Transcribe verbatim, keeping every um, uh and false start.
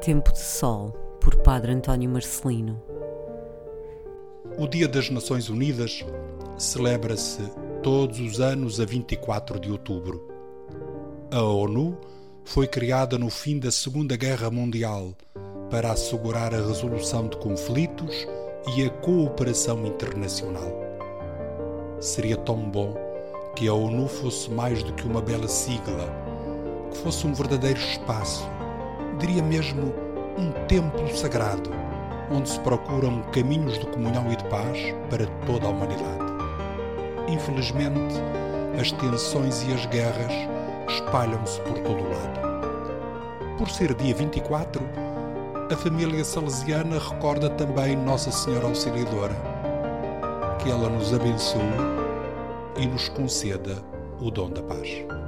Tempo de Sol, por Padre António Marcelino. O Dia das Nações Unidas celebra-se todos os anos a vinte e quatro de outubro. A ONU foi criada no fim da Segunda Guerra Mundial para assegurar a resolução de conflitos e a cooperação internacional. Seria tão bom que a ONU fosse mais do que uma bela sigla, que fosse um verdadeiro espaço, diria mesmo um templo sagrado, onde se procuram caminhos de comunhão e de paz para toda a humanidade. Infelizmente, as tensões e as guerras espalham-se por todo o lado. Por ser dia vinte e quatro, a família salesiana recorda também Nossa Senhora Auxiliadora. Que ela nos abençoe e nos conceda o dom da paz.